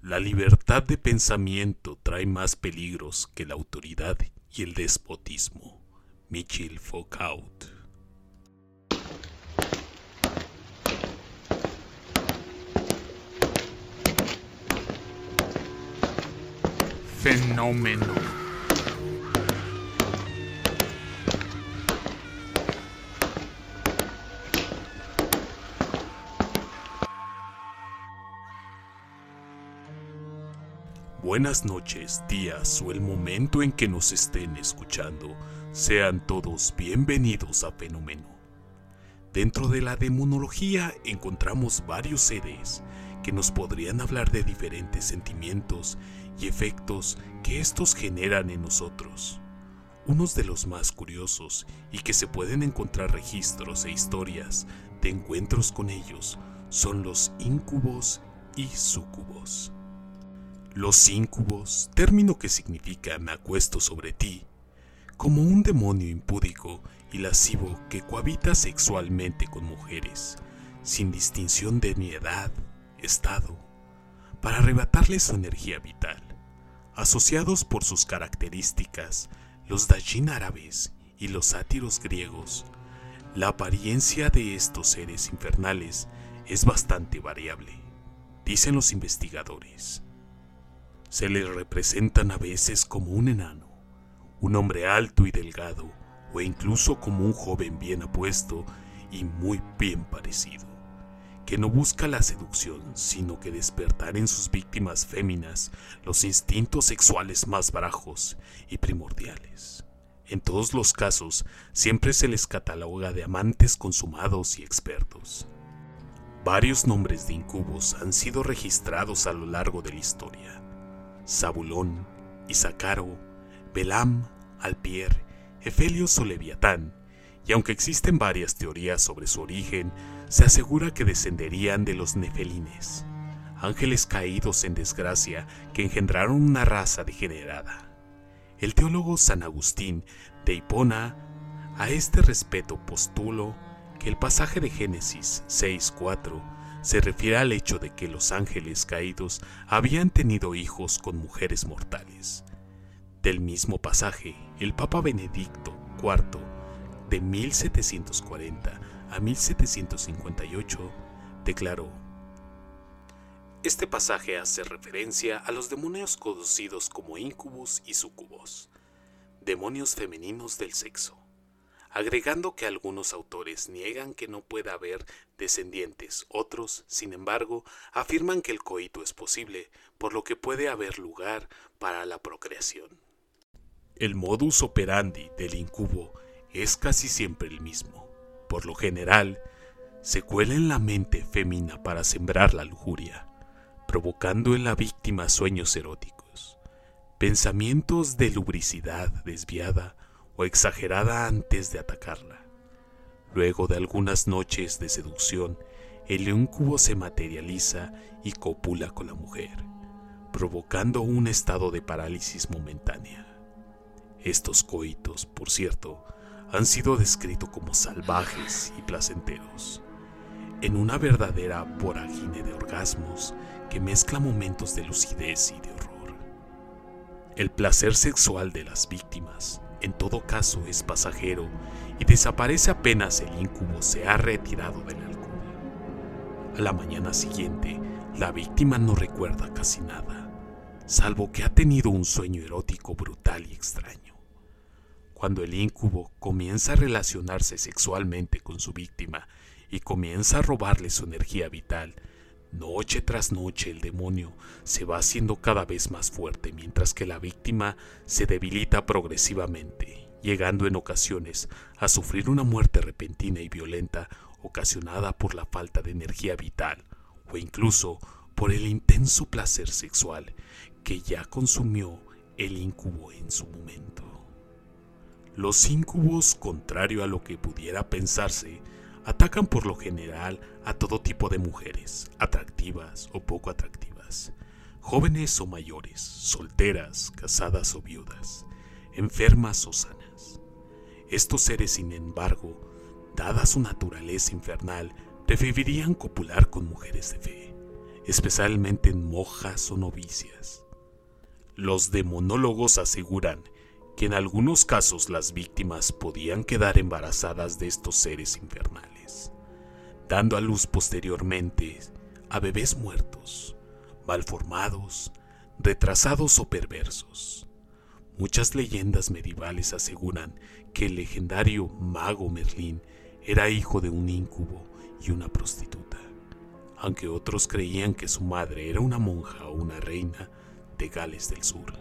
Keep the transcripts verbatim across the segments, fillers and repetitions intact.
La libertad de pensamiento trae más peligros que la autoridad y el despotismo. Michel Foucault. Fenómeno. Buenas noches, días o el momento en que nos estén escuchando. Sean todos bienvenidos a Fenómeno. Dentro de la demonología encontramos varios seres que nos podrían hablar de diferentes sentimientos y efectos que estos generan en nosotros. Unos de los más curiosos y que se pueden encontrar registros e historias de encuentros con ellos son los íncubos y súcubos. Los íncubos, término que significa me acuesto sobre ti, como un demonio impúdico y lascivo que cohabita sexualmente con mujeres, sin distinción de ni edad, estado, para arrebatarles su energía vital. Asociados por sus características, los dajin árabes y los sátiros griegos, la apariencia de estos seres infernales es bastante variable, dicen los investigadores. Se les representan a veces como un enano, un hombre alto y delgado, o incluso como un joven bien apuesto y muy bien parecido, que no busca la seducción, sino que despertar en sus víctimas féminas los instintos sexuales más bajos y primordiales. En todos los casos, siempre se les cataloga de amantes consumados y expertos. Varios nombres de incubos han sido registrados a lo largo de la historia. Zabulón, Isacaro, Belam, Alpier, Hefelios o Leviatán, y aunque existen varias teorías sobre su origen, se asegura que descenderían de los nefelines, ángeles caídos en desgracia que engendraron una raza degenerada. El teólogo San Agustín de Hipona a este respecto postuló que el pasaje de Génesis seis cuatro se refiere al hecho de que los ángeles caídos habían tenido hijos con mujeres mortales. Del mismo pasaje, el Papa Benedicto cuarto, de mil setecientos cuarenta a mil setecientos cincuenta y ocho, declaró: este pasaje hace referencia a los demonios conocidos como incubus y súcubos, demonios femeninos del sexo, agregando que algunos autores niegan que no pueda haber descendientes, otros, sin embargo, afirman que el coito es posible, por lo que puede haber lugar para la procreación. El modus operandi del incubo es casi siempre el mismo. Por lo general, se cuela en la mente fémina para sembrar la lujuria, provocando en la víctima sueños eróticos, pensamientos de lubricidad desviada o exagerada antes de atacarla. Luego de algunas noches de seducción, el incubo se materializa y copula con la mujer, provocando un estado de parálisis momentánea. Estos coitos, por cierto, han sido descritos como salvajes y placenteros, en una verdadera vorágine de orgasmos que mezcla momentos de lucidez y de horror. El placer sexual de las víctimas, en todo caso, es pasajero y desaparece apenas el incubo se ha retirado del alcohol. A la mañana siguiente, la víctima no recuerda casi nada, salvo que ha tenido un sueño erótico brutal y extraño. Cuando el incubo comienza a relacionarse sexualmente con su víctima y comienza a robarle su energía vital, noche tras noche el demonio se va haciendo cada vez más fuerte mientras que la víctima se debilita progresivamente, llegando en ocasiones a sufrir una muerte repentina y violenta ocasionada por la falta de energía vital o incluso por el intenso placer sexual que ya consumió el incubo en su momento. Los íncubos, contrario a lo que pudiera pensarse, atacan por lo general a todo tipo de mujeres, atractivas o poco atractivas, jóvenes o mayores, solteras, casadas o viudas, enfermas o sanas. Estos seres, sin embargo, dada su naturaleza infernal, preferirían copular con mujeres de fe, especialmente en monjas o novicias. Los demonólogos aseguran que en algunos casos las víctimas podían quedar embarazadas de estos seres infernales, dando a luz posteriormente a bebés muertos, malformados, retrasados o perversos. Muchas leyendas medievales aseguran que el legendario mago Merlín era hijo de un íncubo y una prostituta, aunque otros creían que su madre era una monja o una reina de Gales del Sur.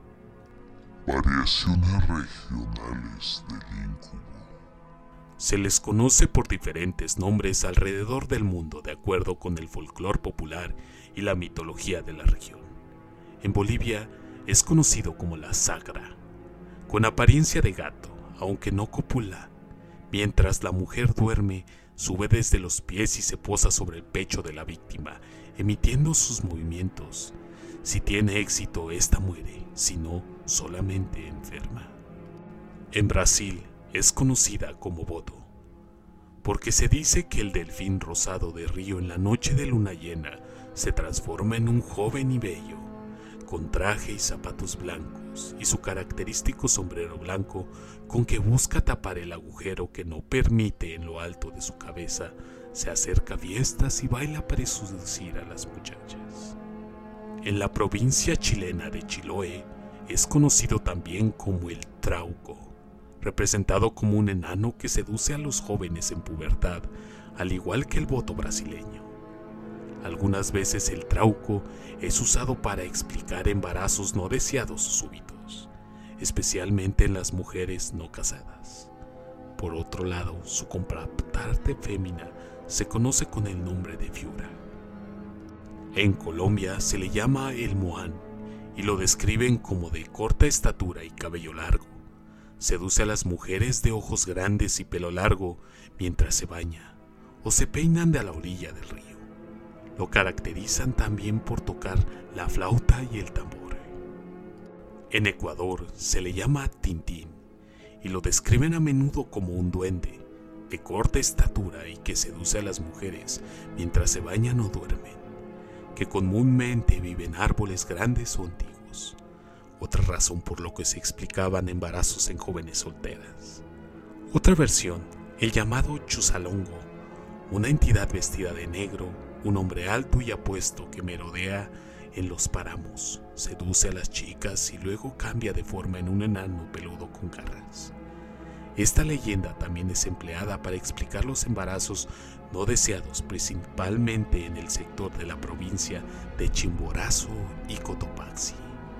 Variaciones regionales del íncubo. Se les conoce por diferentes nombres alrededor del mundo de acuerdo con el folclore popular y la mitología de la región. En Bolivia es conocido como la sagra, con apariencia de gato, aunque no copula. Mientras la mujer duerme, sube desde los pies y se posa sobre el pecho de la víctima, emitiendo sus movimientos. Si tiene éxito, ésta muere, si no, solamente enferma. En Brasil es conocida como Boto, porque se dice que el delfín rosado de río en la noche de luna llena se transforma en un joven y bello, con traje y zapatos blancos y su característico sombrero blanco con que busca tapar el agujero que no permite en lo alto de su cabeza. Se acerca a fiestas y baila para seducir a las muchachas. En la provincia chilena de Chiloé es conocido también como el trauco, representado como un enano que seduce a los jóvenes en pubertad, al igual que el boto brasileño. Algunas veces el trauco es usado para explicar embarazos no deseados o súbitos, especialmente en las mujeres no casadas. Por otro lado, su contraparte fémina se conoce con el nombre de fiura. En Colombia se le llama el moán y lo describen como de corta estatura y cabello largo. Seduce a las mujeres de ojos grandes y pelo largo mientras se baña o se peinan de a la orilla del río. Lo caracterizan también por tocar la flauta y el tambor. En Ecuador se le llama tintín y lo describen a menudo como un duende de corta estatura y que seduce a las mujeres mientras se bañan o duermen, que comúnmente vive en árboles grandes o antiguos. Otra razón por lo que se explicaban embarazos en jóvenes solteras. Otra versión, el llamado Chusalongo, una entidad vestida de negro, un hombre alto y apuesto que merodea en los páramos, seduce a las chicas y luego cambia de forma en un enano peludo con garras. Esta leyenda también es empleada para explicar los embarazos no deseados, principalmente en el sector de la provincia de Chimborazo y Cotopaxi.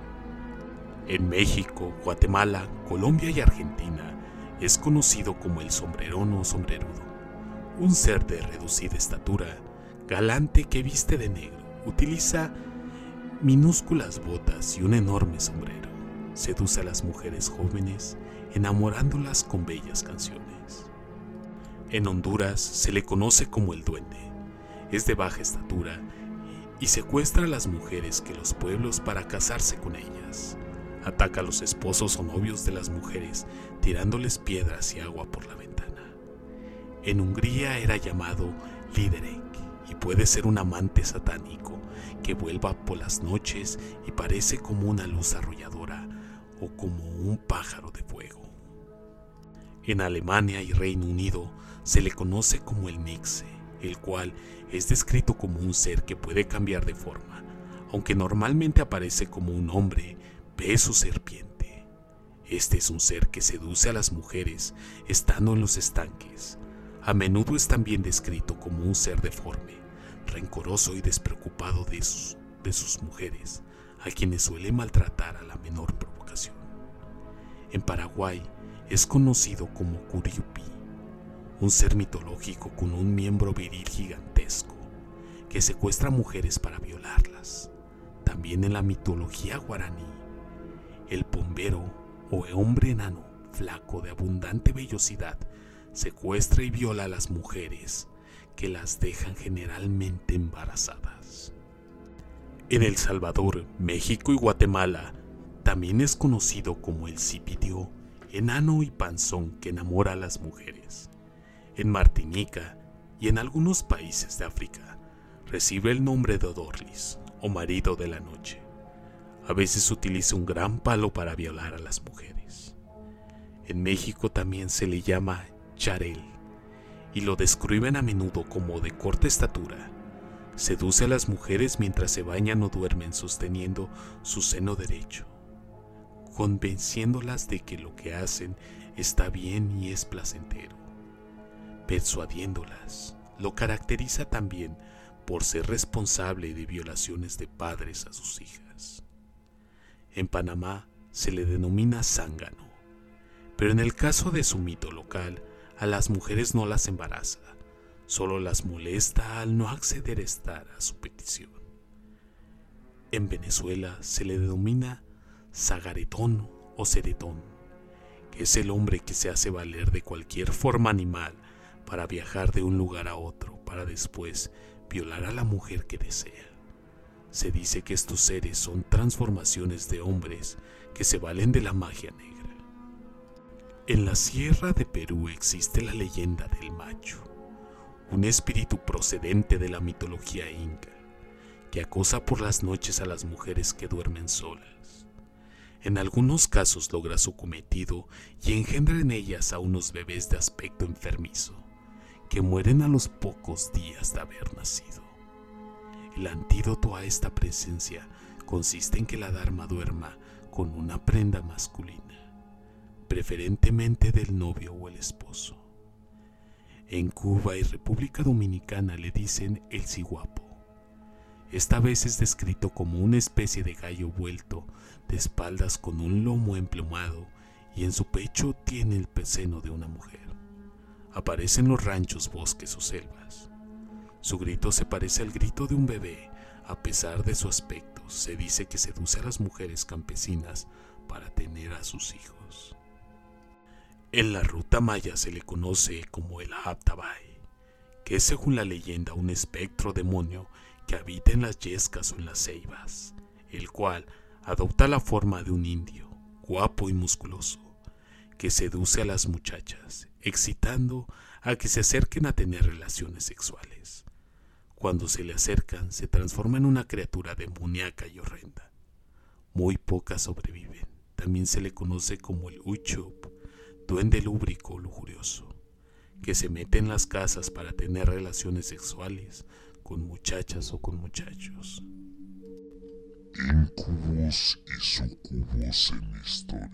En México, Guatemala, Colombia y Argentina es conocido como el sombrerón o sombrerudo, un ser de reducida estatura, galante que viste de negro, utiliza minúsculas botas y un enorme sombrero. Seduce a las mujeres jóvenes, enamorándolas con bellas canciones. En Honduras se le conoce como el duende. Es de baja estatura y secuestra a las mujeres de los pueblos para casarse con ellas. Ataca a los esposos o novios de las mujeres, tirándoles piedras y agua por la ventana. En Hungría era llamado Liderek y puede ser un amante satánico que vuelva por las noches y parece como una luz arrolladora o como un pájaro de fuego. En Alemania y Reino Unido se le conoce como el Nixe, el cual es descrito como un ser que puede cambiar de forma, aunque normalmente aparece como un hombre, pez o serpiente. Este es un ser que seduce a las mujeres estando en los estanques. A menudo es también descrito como un ser deforme, rencoroso y despreocupado de sus, de sus mujeres, a quienes suele maltratar a la menor provocación. En Paraguay es conocido como Curiupi, un ser mitológico con un miembro viril gigantesco, que secuestra mujeres para violarlas. También en la mitología guaraní, el pombero o hombre enano, flaco de abundante vellosidad, secuestra y viola a las mujeres, que las dejan generalmente embarazadas. En El Salvador, México y Guatemala también es conocido como el Zipitío, enano y panzón que enamora a las mujeres. En Martinica y en algunos países de África recibe el nombre de Odorlis, o marido de la noche. A veces utiliza un gran palo para violar a las mujeres. En México también se le llama Charel, y lo describen a menudo como de corta estatura. Seduce a las mujeres mientras se bañan o duermen sosteniendo su seno derecho, convenciéndolas de que lo que hacen está bien y es placentero. Persuadiéndolas, lo caracteriza también por ser responsable de violaciones de padres a sus hijas. En Panamá se le denomina zángano, pero en el caso de su mito local, a las mujeres no las embaraza, solo las molesta al no acceder a estar a su petición. En Venezuela se le denomina zagaretón o ceretón, que es el hombre que se hace valer de cualquier forma animal para viajar de un lugar a otro, para después violar a la mujer que desea. Se dice que estos seres son transformaciones de hombres que se valen de la magia negra. En la sierra de Perú existe la leyenda del macho, un espíritu procedente de la mitología inca, que acosa por las noches a las mujeres que duermen solas. En algunos casos logra su cometido y engendra en ellas a unos bebés de aspecto enfermizo, que mueren a los pocos días de haber nacido. El antídoto a esta presencia consiste en que la dama duerma con una prenda masculina, preferentemente del novio o el esposo. En Cuba y República Dominicana le dicen el ciguapo. Esta vez es descrito como una especie de gallo vuelto de espaldas con un lomo emplumado y en su pecho tiene el seno de una mujer. Aparece en los ranchos, bosques o selvas. Su grito se parece al grito de un bebé. A pesar de su aspecto, se dice que seduce a las mujeres campesinas para tener a sus hijos. En la ruta maya se le conoce como el Habtabay, que es según la leyenda un espectro demonio que habita en las yescas o en las ceibas, el cual adopta la forma de un indio, guapo y musculoso, que seduce a las muchachas, excitando a que se acerquen a tener relaciones sexuales. Cuando se le acercan, se transforma en una criatura demoníaca y horrenda. Muy pocas sobreviven. También se le conoce como el Uchup, duende lúbrico o lujurioso, que se mete en las casas para tener relaciones sexuales con muchachas o con muchachos. Incubos y sucubos en historia.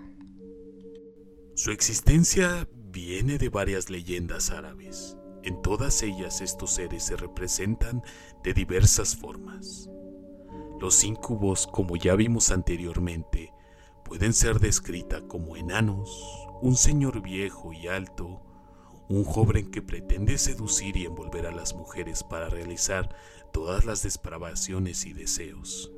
Su existencia viene de varias leyendas árabes. En todas ellas estos seres se representan de diversas formas. Los incubos, como ya vimos anteriormente, pueden ser descritas como enanos, un señor viejo y alto, un joven que pretende seducir y envolver a las mujeres para realizar todas las depravaciones y deseos.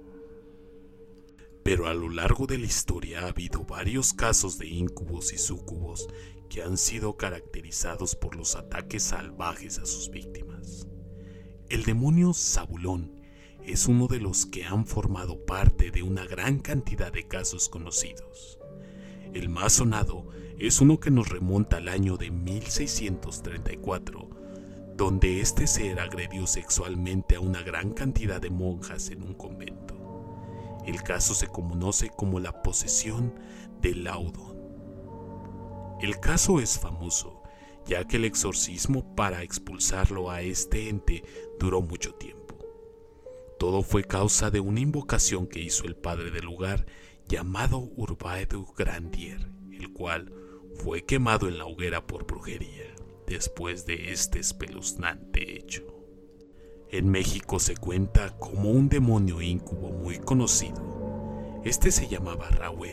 Pero a lo largo de la historia ha habido varios casos de incubos y súcubos que han sido caracterizados por los ataques salvajes a sus víctimas. El demonio Zabulón es uno de los que han formado parte de una gran cantidad de casos conocidos. El más sonado es uno que nos remonta al año de mil seiscientos treinta y cuatro, donde este ser agredió sexualmente a una gran cantidad de monjas en un convento. El caso se conoce como la posesión de Laudon. El caso es famoso, ya que el exorcismo para expulsarlo a este ente duró mucho tiempo. Todo fue causa de una invocación que hizo el padre del lugar llamado Urbaedu Grandier, el cual fue quemado en la hoguera por brujería después de este espeluznante hecho. En México se cuenta como un demonio íncubo muy conocido. Este se llamaba Raúl.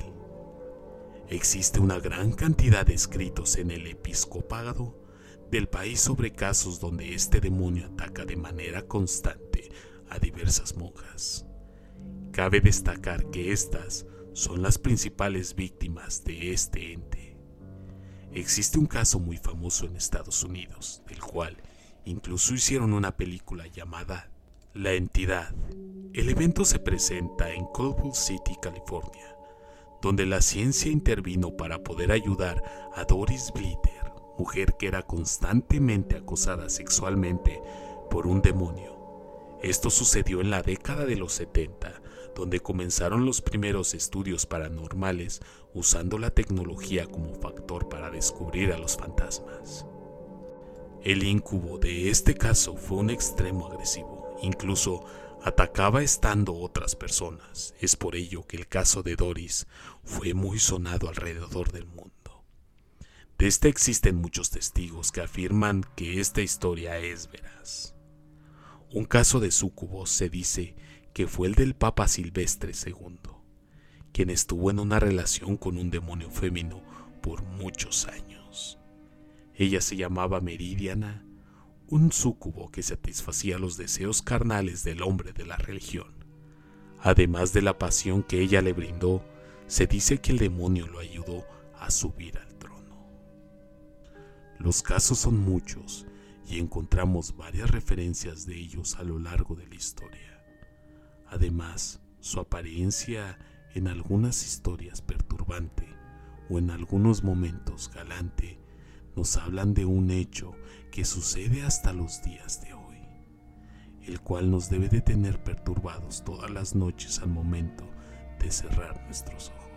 Existe una gran cantidad de escritos en el episcopado del país sobre casos donde este demonio ataca de manera constante a diversas monjas. Cabe destacar que estas son las principales víctimas de este ente. Existe un caso muy famoso en Estados Unidos, del cual incluso hicieron una película llamada La Entidad. El evento se presenta en Culver City, California, donde la ciencia intervino para poder ayudar a Doris Blitter, mujer que era constantemente acosada sexualmente por un demonio. Esto sucedió en la década de los setenta, donde comenzaron los primeros estudios paranormales usando la tecnología como factor para descubrir a los fantasmas. El incubo de este caso fue un extremo agresivo, incluso atacaba estando otras personas. Es por ello que el caso de Doris fue muy sonado alrededor del mundo. De este existen muchos testigos que afirman que esta historia es veraz. Un caso de súcubos se dice que fue el del Papa Silvestre segundo, quien estuvo en una relación con un demonio femenino por muchos años. Ella se llamaba Meridiana, un súcubo que satisfacía los deseos carnales del hombre de la religión. Además de la pasión que ella le brindó, se dice que el demonio lo ayudó a subir al trono. Los casos son muchos y encontramos varias referencias de ellos a lo largo de la historia. Además, su apariencia en algunas historias perturbante o en algunos momentos galante nos hablan de un hecho que sucede hasta los días de hoy, el cual nos debe de tener perturbados todas las noches al momento de cerrar nuestros ojos.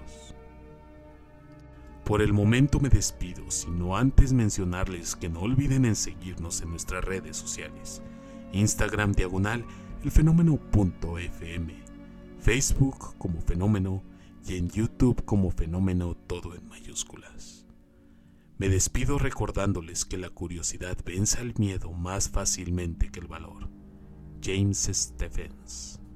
Por el momento me despido, sino antes mencionarles que no olviden en seguirnos en nuestras redes sociales, Instagram diagonal elfenómeno.fm, Facebook como Fenómeno y en YouTube como Fenómeno, todo en mayúsculas. Me despido recordándoles que la curiosidad vence al miedo más fácilmente que el valor. James Stephens.